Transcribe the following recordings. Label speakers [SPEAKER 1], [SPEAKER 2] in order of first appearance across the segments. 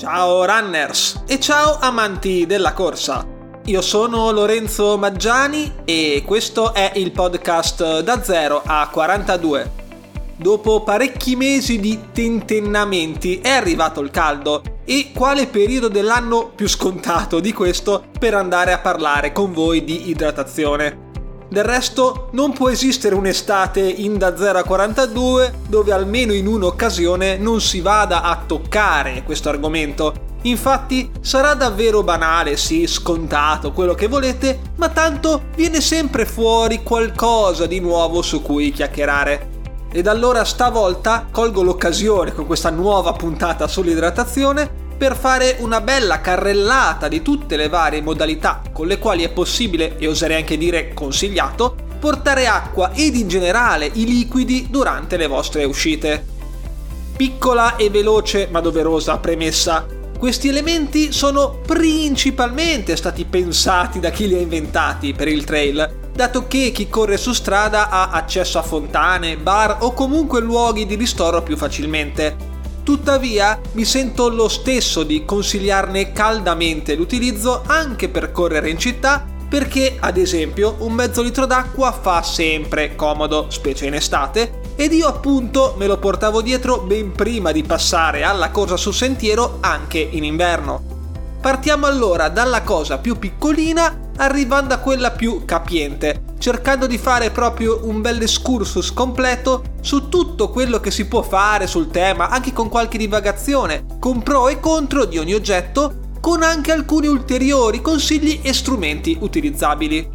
[SPEAKER 1] Ciao runners e ciao amanti della corsa. Io sono Lorenzo Maggiani e questo è il podcast da 0 a 42. Dopo parecchi mesi di tentennamenti è arrivato il caldo e quale periodo dell'anno più scontato di questo per andare a parlare con voi di idratazione. Del resto non può esistere un'estate in da 0 a 42 dove almeno in un'occasione non si vada a toccare questo argomento. Infatti sarà davvero banale, sì, scontato, quello che volete, ma tanto viene sempre fuori qualcosa di nuovo su cui chiacchierare. Ed allora stavolta colgo l'occasione con questa nuova puntata sull'idratazione per fare una bella carrellata di tutte le varie modalità con le quali è possibile, e oserei anche dire consigliato, portare acqua ed in generale i liquidi durante le vostre uscite. Piccola e veloce ma doverosa premessa: questi elementi sono principalmente stati pensati da chi li ha inventati per il trail, dato che chi corre su strada ha accesso a fontane, bar o comunque luoghi di ristoro più facilmente. Tuttavia, mi sento lo stesso di consigliarne caldamente l'utilizzo anche per correre in città perché, ad esempio, un mezzo litro d'acqua fa sempre comodo, specie in estate, ed io appunto me lo portavo dietro ben prima di passare alla corsa sul sentiero anche in inverno. Partiamo allora dalla cosa più piccolina arrivando a quella più capiente, cercando di fare proprio un bel excursus completo su tutto quello che si può fare sul tema, anche con qualche divagazione, con pro e contro di ogni oggetto, con anche alcuni ulteriori consigli e strumenti utilizzabili.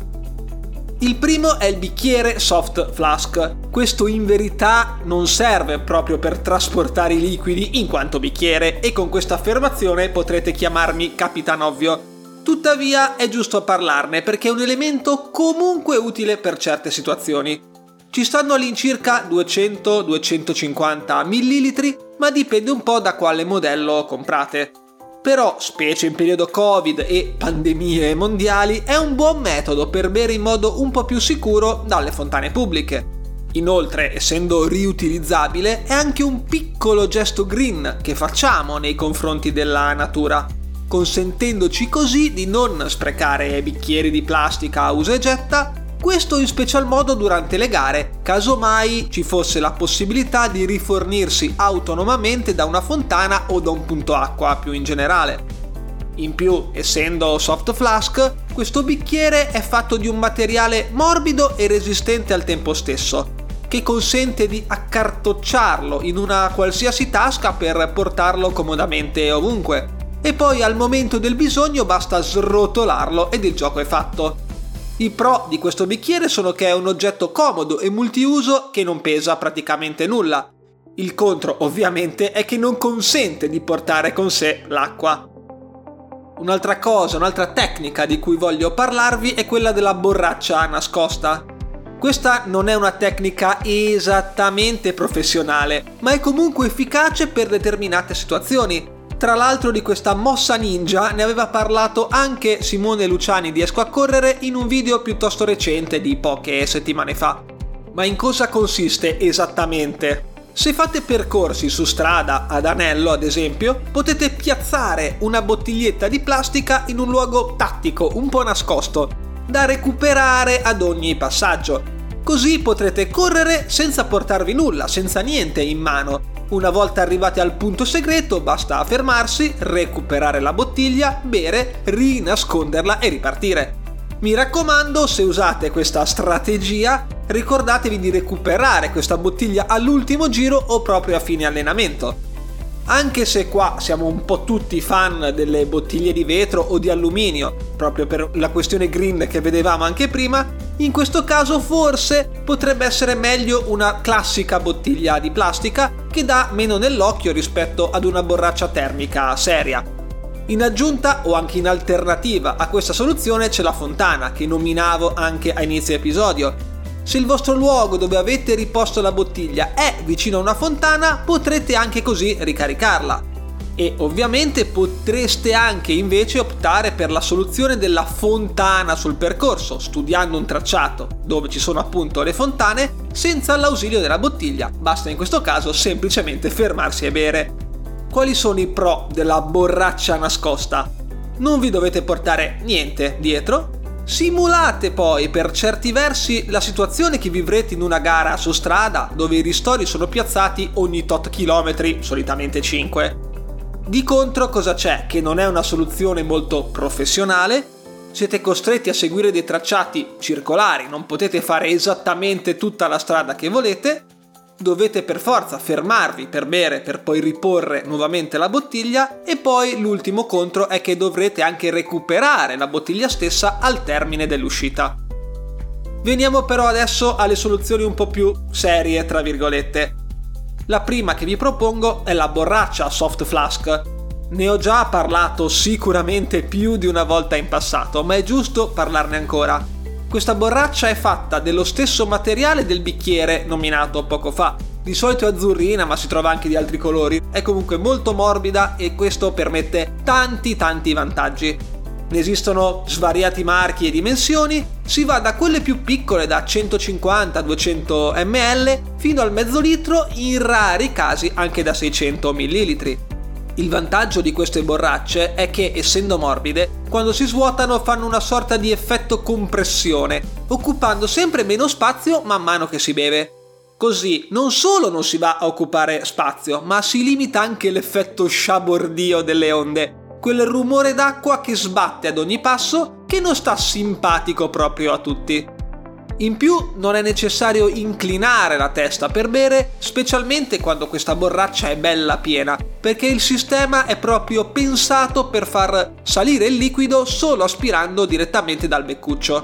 [SPEAKER 1] Il primo è il bicchiere Soft Flask. Questo in verità non serve proprio per trasportare i liquidi in quanto bicchiere e con questa affermazione potrete chiamarmi Capitan Ovvio. Tuttavia è giusto parlarne perché è un elemento comunque utile per certe situazioni. Ci stanno all'incirca 200-250 ml, ma dipende un po' da quale modello comprate. Però, specie in periodo Covid e pandemie mondiali, è un buon metodo per bere in modo un po' più sicuro dalle fontane pubbliche. Inoltre, essendo riutilizzabile, è anche un piccolo gesto green che facciamo nei confronti della natura, consentendoci così di non sprecare bicchieri di plastica a usa e getta, questo in special modo durante le gare, caso mai ci fosse la possibilità di rifornirsi autonomamente da una fontana o da un punto acqua più in generale. In più, essendo soft flask, questo bicchiere è fatto di un materiale morbido e resistente al tempo stesso, che consente di accartocciarlo in una qualsiasi tasca per portarlo comodamente ovunque. E poi al momento del bisogno basta srotolarlo ed il gioco è fatto. I pro di questo bicchiere sono che è un oggetto comodo e multiuso che non pesa praticamente nulla. Il contro ovviamente è che non consente di portare con sé l'acqua. Un'altra tecnica di cui voglio parlarvi è quella della borraccia nascosta. Questa non è una tecnica esattamente professionale, ma è comunque efficace per determinate situazioni. Tra l'altro di questa mossa ninja ne aveva parlato anche Simone Luciani di Esco a Correre in un video piuttosto recente di poche settimane fa. Ma in cosa consiste esattamente? Se fate percorsi su strada ad anello, ad esempio, potete piazzare una bottiglietta di plastica in un luogo tattico, un po' nascosto, da recuperare ad ogni passaggio. Così potrete correre senza portarvi nulla, senza niente in mano. Una volta arrivati al punto segreto basta fermarsi, recuperare la bottiglia, bere, rinasconderla e ripartire. Mi raccomando, se usate questa strategia, ricordatevi di recuperare questa bottiglia all'ultimo giro o proprio a fine allenamento. Anche se qua siamo un po' tutti fan delle bottiglie di vetro o di alluminio, proprio per la questione green che vedevamo anche prima, in questo caso forse potrebbe essere meglio una classica bottiglia di plastica che dà meno nell'occhio rispetto ad una borraccia termica seria. In aggiunta o anche in alternativa a questa soluzione c'è la fontana, che nominavo anche a inizio episodio. Se il vostro luogo dove avete riposto la bottiglia è vicino a una fontana, potrete anche così ricaricarla. E ovviamente potreste anche invece optare per la soluzione della fontana sul percorso, studiando un tracciato dove ci sono appunto le fontane senza l'ausilio della bottiglia. Basta in questo caso semplicemente fermarsi e bere. Quali sono i pro della borraccia nascosta? Non vi dovete portare niente dietro. Simulate poi per certi versi la situazione che vivrete in una gara su strada dove i ristori sono piazzati ogni tot chilometri, solitamente 5. Di contro cosa c'è? Che non è una soluzione molto professionale, siete costretti a seguire dei tracciati circolari, non potete fare esattamente tutta la strada che volete, dovete per forza fermarvi per bere per poi riporre nuovamente la bottiglia e poi l'ultimo contro è che dovrete anche recuperare la bottiglia stessa al termine dell'uscita. Veniamo però adesso alle soluzioni un po' più serie, tra virgolette. La prima che vi propongo è la borraccia soft flask. Ne ho già parlato sicuramente più di una volta in passato, ma è giusto parlarne ancora. Questa borraccia è fatta dello stesso materiale del bicchiere nominato poco fa. Di solito è azzurrina, ma si trova anche di altri colori. È comunque molto morbida e questo permette tanti vantaggi. Ne esistono svariati marchi e dimensioni, si va da quelle più piccole da 150-200 ml fino al mezzo litro, in rari casi anche da 600 ml. Il vantaggio di queste borracce è che, essendo morbide, quando si svuotano fanno una sorta di effetto compressione, occupando sempre meno spazio man mano che si beve. Così non solo non si va a occupare spazio, ma si limita anche l'effetto sciabordio delle onde, quel rumore d'acqua che sbatte ad ogni passo che non sta simpatico proprio a tutti. In più non è necessario inclinare la testa per bere, specialmente quando questa borraccia è bella piena, perché il sistema è proprio pensato per far salire il liquido solo aspirando direttamente dal beccuccio.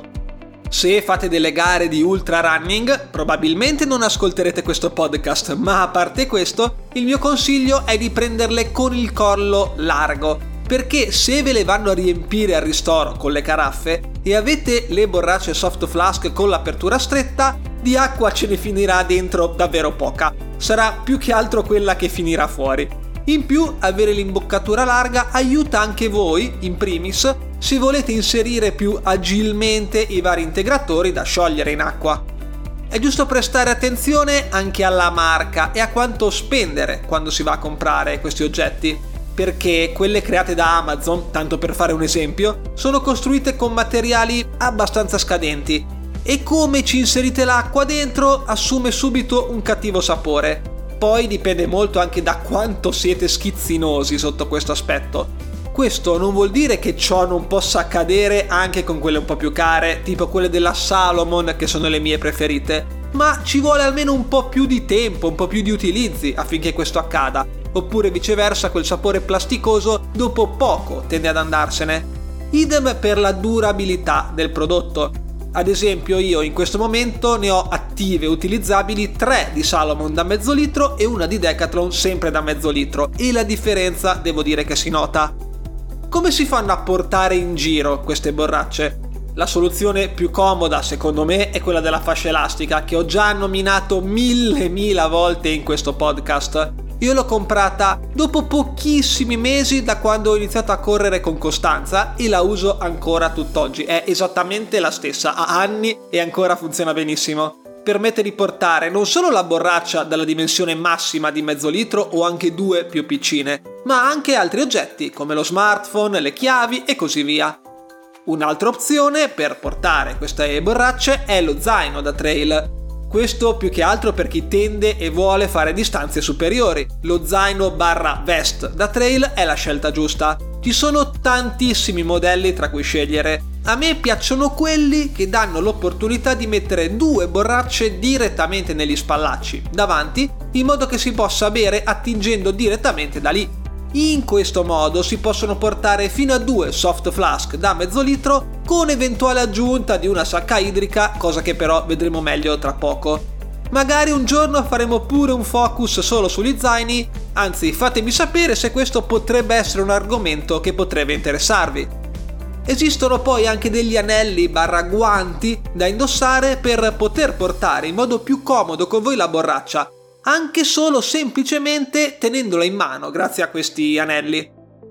[SPEAKER 1] Se fate delle gare di ultra running, probabilmente non ascolterete questo podcast, ma a parte questo, il mio consiglio è di prenderle con il collo largo, perché se ve le vanno a riempire al ristoro con le caraffe e avete le borracce soft flask con l'apertura stretta, di acqua ce ne finirà dentro davvero poca. Sarà più che altro quella che finirà fuori. In più, avere l'imboccatura larga aiuta anche voi, in primis, se volete inserire più agilmente i vari integratori da sciogliere in acqua. È giusto prestare attenzione anche alla marca e a quanto spendere quando si va a comprare questi oggetti, perché quelle create da Amazon, tanto per fare un esempio, sono costruite con materiali abbastanza scadenti e come ci inserite l'acqua dentro assume subito un cattivo sapore. Poi dipende molto anche da quanto siete schizzinosi sotto questo aspetto. Questo non vuol dire che ciò non possa accadere anche con quelle un po' più care, tipo quelle della Salomon, che sono le mie preferite, ma ci vuole almeno un po' più di tempo, un po' più di utilizzi affinché questo accada, oppure viceversa quel sapore plasticoso dopo poco tende ad andarsene. Idem per la durabilità del prodotto. Ad esempio io in questo momento ne ho attive utilizzabili 3 di Salomon da mezzo litro e una di Decathlon sempre da mezzo litro, e la differenza devo dire che si nota. Come si fanno a portare in giro queste borracce? La soluzione più comoda secondo me è quella della fascia elastica, che ho già nominato mille volte in questo podcast. Io l'ho comprata dopo pochissimi mesi da quando ho iniziato a correre con costanza e la uso ancora tutt'oggi. È esattamente la stessa, ha anni e ancora funziona benissimo. Permette di portare non solo la borraccia dalla dimensione massima di mezzo litro o anche 2 più piccine, ma anche altri oggetti come lo smartphone, le chiavi e così via. Un'altra opzione per portare queste borracce è lo zaino da trail. Questo più che altro per chi tende e vuole fare distanze superiori. Lo zaino / vest da trail è la scelta giusta. Ci sono tantissimi modelli tra cui scegliere. A me piacciono quelli che danno l'opportunità di mettere 2 borracce direttamente negli spallacci davanti, in modo che si possa bere attingendo direttamente da lì. In questo modo si possono portare fino a 2 soft flask da mezzo litro con eventuale aggiunta di una sacca idrica, cosa che però vedremo meglio tra poco. Magari un giorno faremo pure un focus solo sugli zaini, anzi fatemi sapere se questo potrebbe essere un argomento che potrebbe interessarvi. Esistono poi anche degli anelli / guanti da indossare per poter portare in modo più comodo con voi la borraccia, anche solo semplicemente tenendola in mano grazie a questi anelli.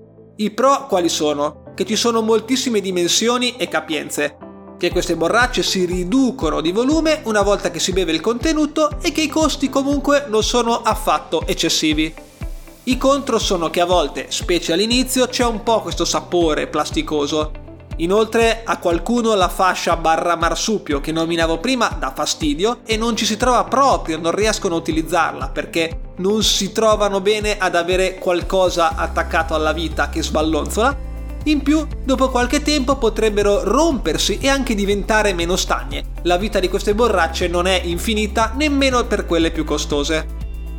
[SPEAKER 1] I pro quali sono? Che ci sono moltissime dimensioni e capienze, che queste borracce si riducono di volume una volta che si beve il contenuto e che i costi comunque non sono affatto eccessivi. I contro sono che a volte, specie all'inizio, c'è un po' questo sapore plasticoso. Inoltre a qualcuno la fascia / marsupio che nominavo prima dà fastidio e non ci si trova proprio, non riescono a utilizzarla perché non si trovano bene ad avere qualcosa attaccato alla vita che sballonzola. In più, dopo qualche tempo potrebbero rompersi e anche diventare meno stagne. La vita di queste borracce non è infinita nemmeno per quelle più costose.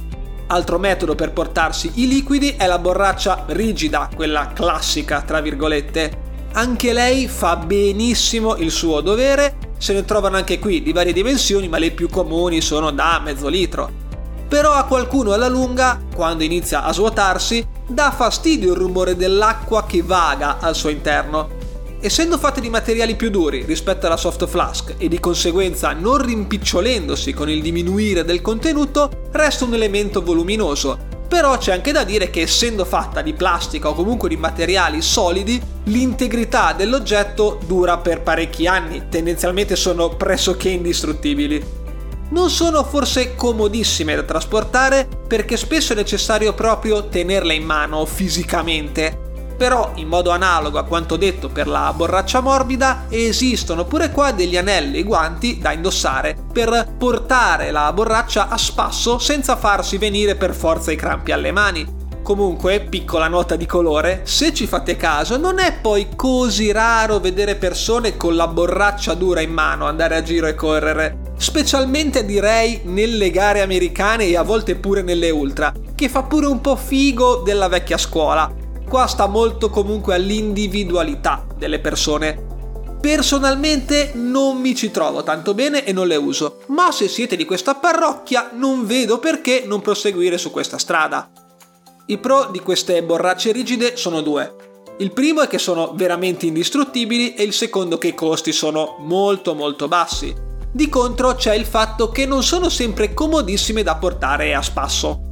[SPEAKER 1] Altro metodo per portarsi i liquidi è la borraccia rigida, quella classica tra virgolette. Anche lei fa benissimo il suo dovere, se ne trovano anche qui di varie dimensioni, ma le più comuni sono da mezzo litro. Però a qualcuno alla lunga, quando inizia a svuotarsi, dà fastidio il rumore dell'acqua che vaga al suo interno. Essendo fatte di materiali più duri rispetto alla soft flask e di conseguenza non rimpicciolendosi con il diminuire del contenuto, resta un elemento voluminoso. Però c'è anche da dire che essendo fatta di plastica o comunque di materiali solidi, l'integrità dell'oggetto dura per parecchi anni, tendenzialmente sono pressoché indistruttibili. Non sono forse comodissime da trasportare perché spesso è necessario proprio tenerle in mano fisicamente. Però, in modo analogo a quanto detto per la borraccia morbida, esistono pure qua degli anelli e guanti da indossare per portare la borraccia a spasso senza farsi venire per forza i crampi alle mani. Comunque, piccola nota di colore, se ci fate caso, non è poi così raro vedere persone con la borraccia dura in mano andare a giro e correre. Specialmente direi nelle gare americane e a volte pure nelle ultra, che fa pure un po' figo della vecchia scuola. Qua sta molto comunque all'individualità delle persone. Personalmente non mi ci trovo tanto bene e non le uso, ma se siete di questa parrocchia non vedo perché non proseguire su questa strada. I pro di queste borracce rigide sono due. Il primo è che sono veramente indistruttibili e il secondo che i costi sono molto bassi. Di contro c'è il fatto che non sono sempre comodissime da portare a spasso.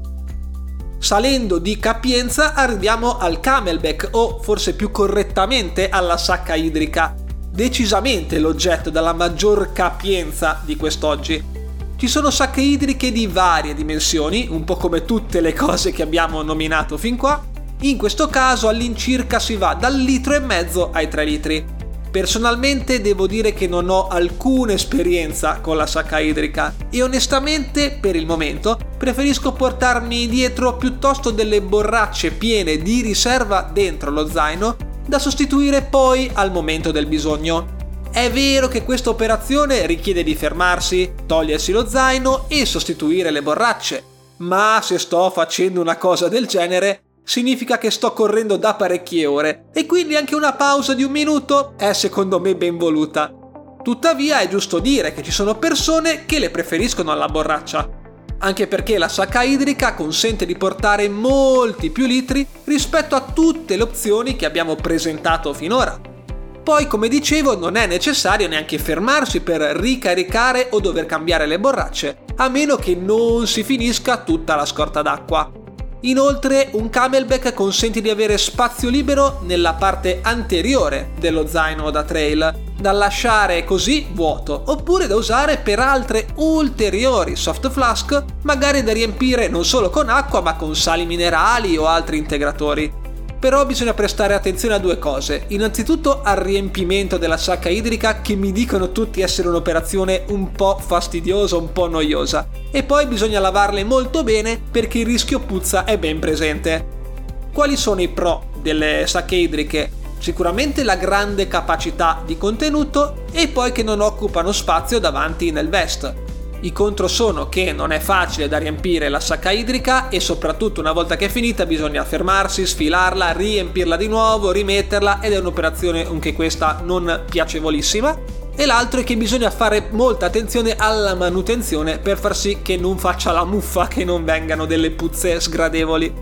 [SPEAKER 1] Salendo di capienza arriviamo al camelback o forse più correttamente alla sacca idrica, decisamente l'oggetto dalla maggior capienza di quest'oggi. Ci sono sacche idriche di varie dimensioni, un po' come tutte le cose che abbiamo nominato fin qua. In questo caso all'incirca si va dal 1,5 litri ai 3 litri. Personalmente devo dire che non ho alcuna esperienza con la sacca idrica e onestamente per il momento preferisco portarmi dietro piuttosto delle borracce piene di riserva dentro lo zaino da sostituire poi al momento del bisogno. È vero che questa operazione richiede di fermarsi, togliersi lo zaino e sostituire le borracce, ma se sto facendo una cosa del genere significa che sto correndo da parecchie ore e quindi anche una pausa di 1 minuto è secondo me ben voluta. Tuttavia è giusto dire che ci sono persone che le preferiscono alla borraccia, anche perché la sacca idrica consente di portare molti più litri rispetto a tutte le opzioni che abbiamo presentato finora. Poi, come dicevo, non è necessario neanche fermarsi per ricaricare o dover cambiare le borracce, a meno che non si finisca tutta la scorta d'acqua. Inoltre un camelback consente di avere spazio libero nella parte anteriore dello zaino da trail, da lasciare così vuoto, oppure da usare per altre ulteriori soft flask, magari da riempire non solo con acqua ma con sali minerali o altri integratori. Però bisogna prestare attenzione a 2 cose. Innanzitutto al riempimento della sacca idrica, che mi dicono tutti essere un'operazione un po' fastidiosa, un po' noiosa. E poi bisogna lavarle molto bene perché il rischio puzza è ben presente. Quali sono i pro delle sacche idriche? Sicuramente la grande capacità di contenuto e poi che non occupano spazio davanti nel vest. I contro sono che non è facile da riempire la sacca idrica e soprattutto una volta che è finita bisogna fermarsi, sfilarla, riempirla di nuovo, rimetterla ed è un'operazione anche questa non piacevolissima. E l'altro è che bisogna fare molta attenzione alla manutenzione per far sì che non faccia la muffa, che non vengano delle puzze sgradevoli.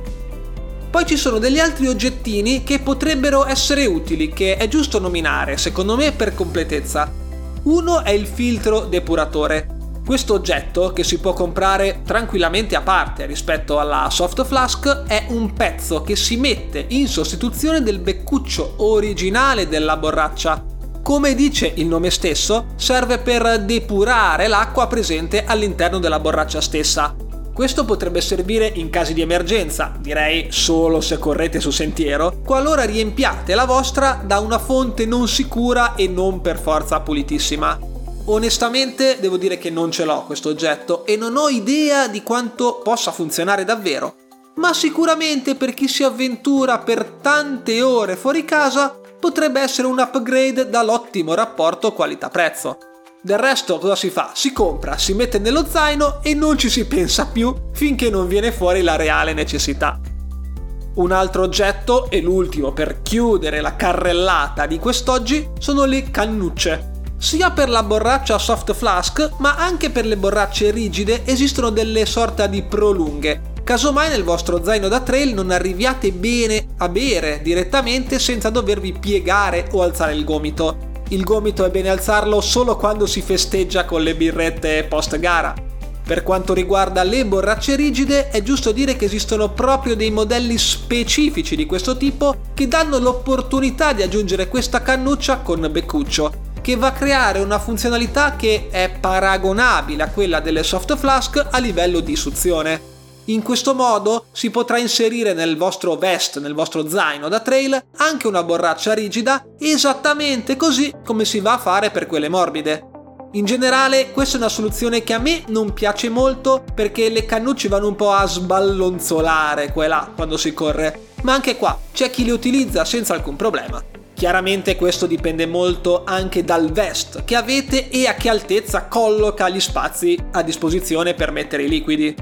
[SPEAKER 1] Poi ci sono degli altri oggettini che potrebbero essere utili, che è giusto nominare, secondo me per completezza. Uno è il filtro depuratore. Questo oggetto, che si può comprare tranquillamente a parte rispetto alla soft flask, è un pezzo che si mette in sostituzione del beccuccio originale della borraccia. Come dice il nome stesso, serve per depurare l'acqua presente all'interno della borraccia stessa. Questo potrebbe servire in casi di emergenza, direi solo se correte su sentiero, qualora riempiate la vostra da una fonte non sicura e non per forza pulitissima. Onestamente devo dire che non ce l'ho questo oggetto e non ho idea di quanto possa funzionare davvero, ma sicuramente per chi si avventura per tante ore fuori casa potrebbe essere un upgrade dall'ottimo rapporto qualità-prezzo. Del resto cosa si fa? Si compra, si mette nello zaino e non ci si pensa più finché non viene fuori la reale necessità. Un altro oggetto, e l'ultimo per chiudere la carrellata di quest'oggi, sono le cannucce. Sia per la borraccia soft flask, ma anche per le borracce rigide esistono delle sorta di prolunghe. Casomai nel vostro zaino da trail non arriviate bene a bere direttamente senza dovervi piegare o alzare il gomito. Il gomito è bene alzarlo solo quando si festeggia con le birrette post gara. Per quanto riguarda le borracce rigide, è giusto dire che esistono proprio dei modelli specifici di questo tipo che danno l'opportunità di aggiungere questa cannuccia con beccuccio, che va a creare una funzionalità che è paragonabile a quella delle soft flask a livello di suzione. In questo modo si potrà inserire nel vostro vest, nel vostro zaino da trail, anche una borraccia rigida, esattamente così come si va a fare per quelle morbide. In generale questa è una soluzione che a me non piace molto perché le cannucce vanno un po' a sballonzolare qua e là quando si corre, ma anche qua c'è chi le utilizza senza alcun problema. Chiaramente questo dipende molto anche dal vest che avete e a che altezza colloca gli spazi a disposizione per mettere i liquidi.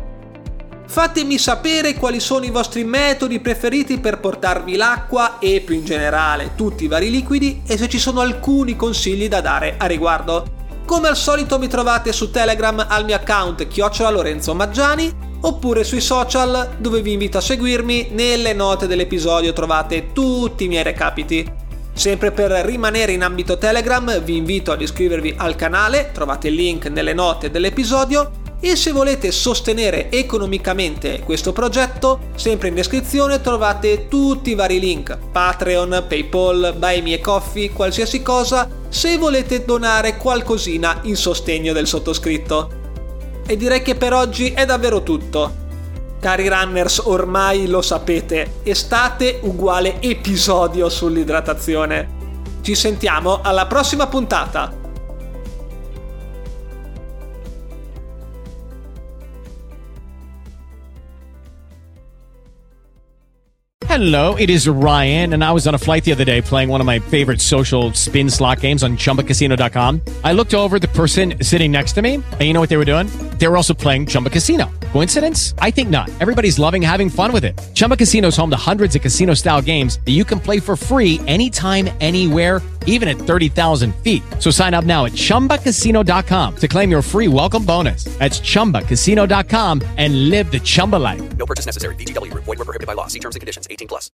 [SPEAKER 1] Fatemi sapere quali sono i vostri metodi preferiti per portarvi l'acqua e più in generale tutti i vari liquidi e se ci sono alcuni consigli da dare a riguardo. Come al solito mi trovate su Telegram al mio account @LorenzoMaggiani oppure sui social dove vi invito a seguirmi. Nelle note dell'episodio trovate tutti i miei recapiti. Sempre per rimanere in ambito Telegram vi invito ad iscrivervi al canale, trovate il link nelle note dell'episodio. E se volete sostenere economicamente questo progetto, sempre in descrizione trovate tutti i vari link: Patreon, PayPal, Buy Me a Coffee, qualsiasi cosa, se volete donare qualcosina in sostegno del sottoscritto. E direi che per oggi è davvero tutto. Cari runners, ormai lo sapete, estate uguale episodio sull'idratazione. Ci sentiamo alla prossima puntata.
[SPEAKER 2] Hello, it is Ryan, and I was on a flight the other day playing one of my favorite social spin slot games on ChumbaCasino.com. I looked over at the person sitting next to me, and you know what they were doing? They were also playing Chumba Casino. Coincidence? I think not. Everybody's loving having fun with it. Chumba Casino is home to hundreds of casino-style games that you can play for free anytime, anywhere, even at 30,000 feet. So sign up now at ChumbaCasino.com to claim your free welcome bonus. That's ChumbaCasino.com and live the Chumba life.
[SPEAKER 3] No purchase necessary. VGW. Void where prohibited by law. See terms and conditions. 18+.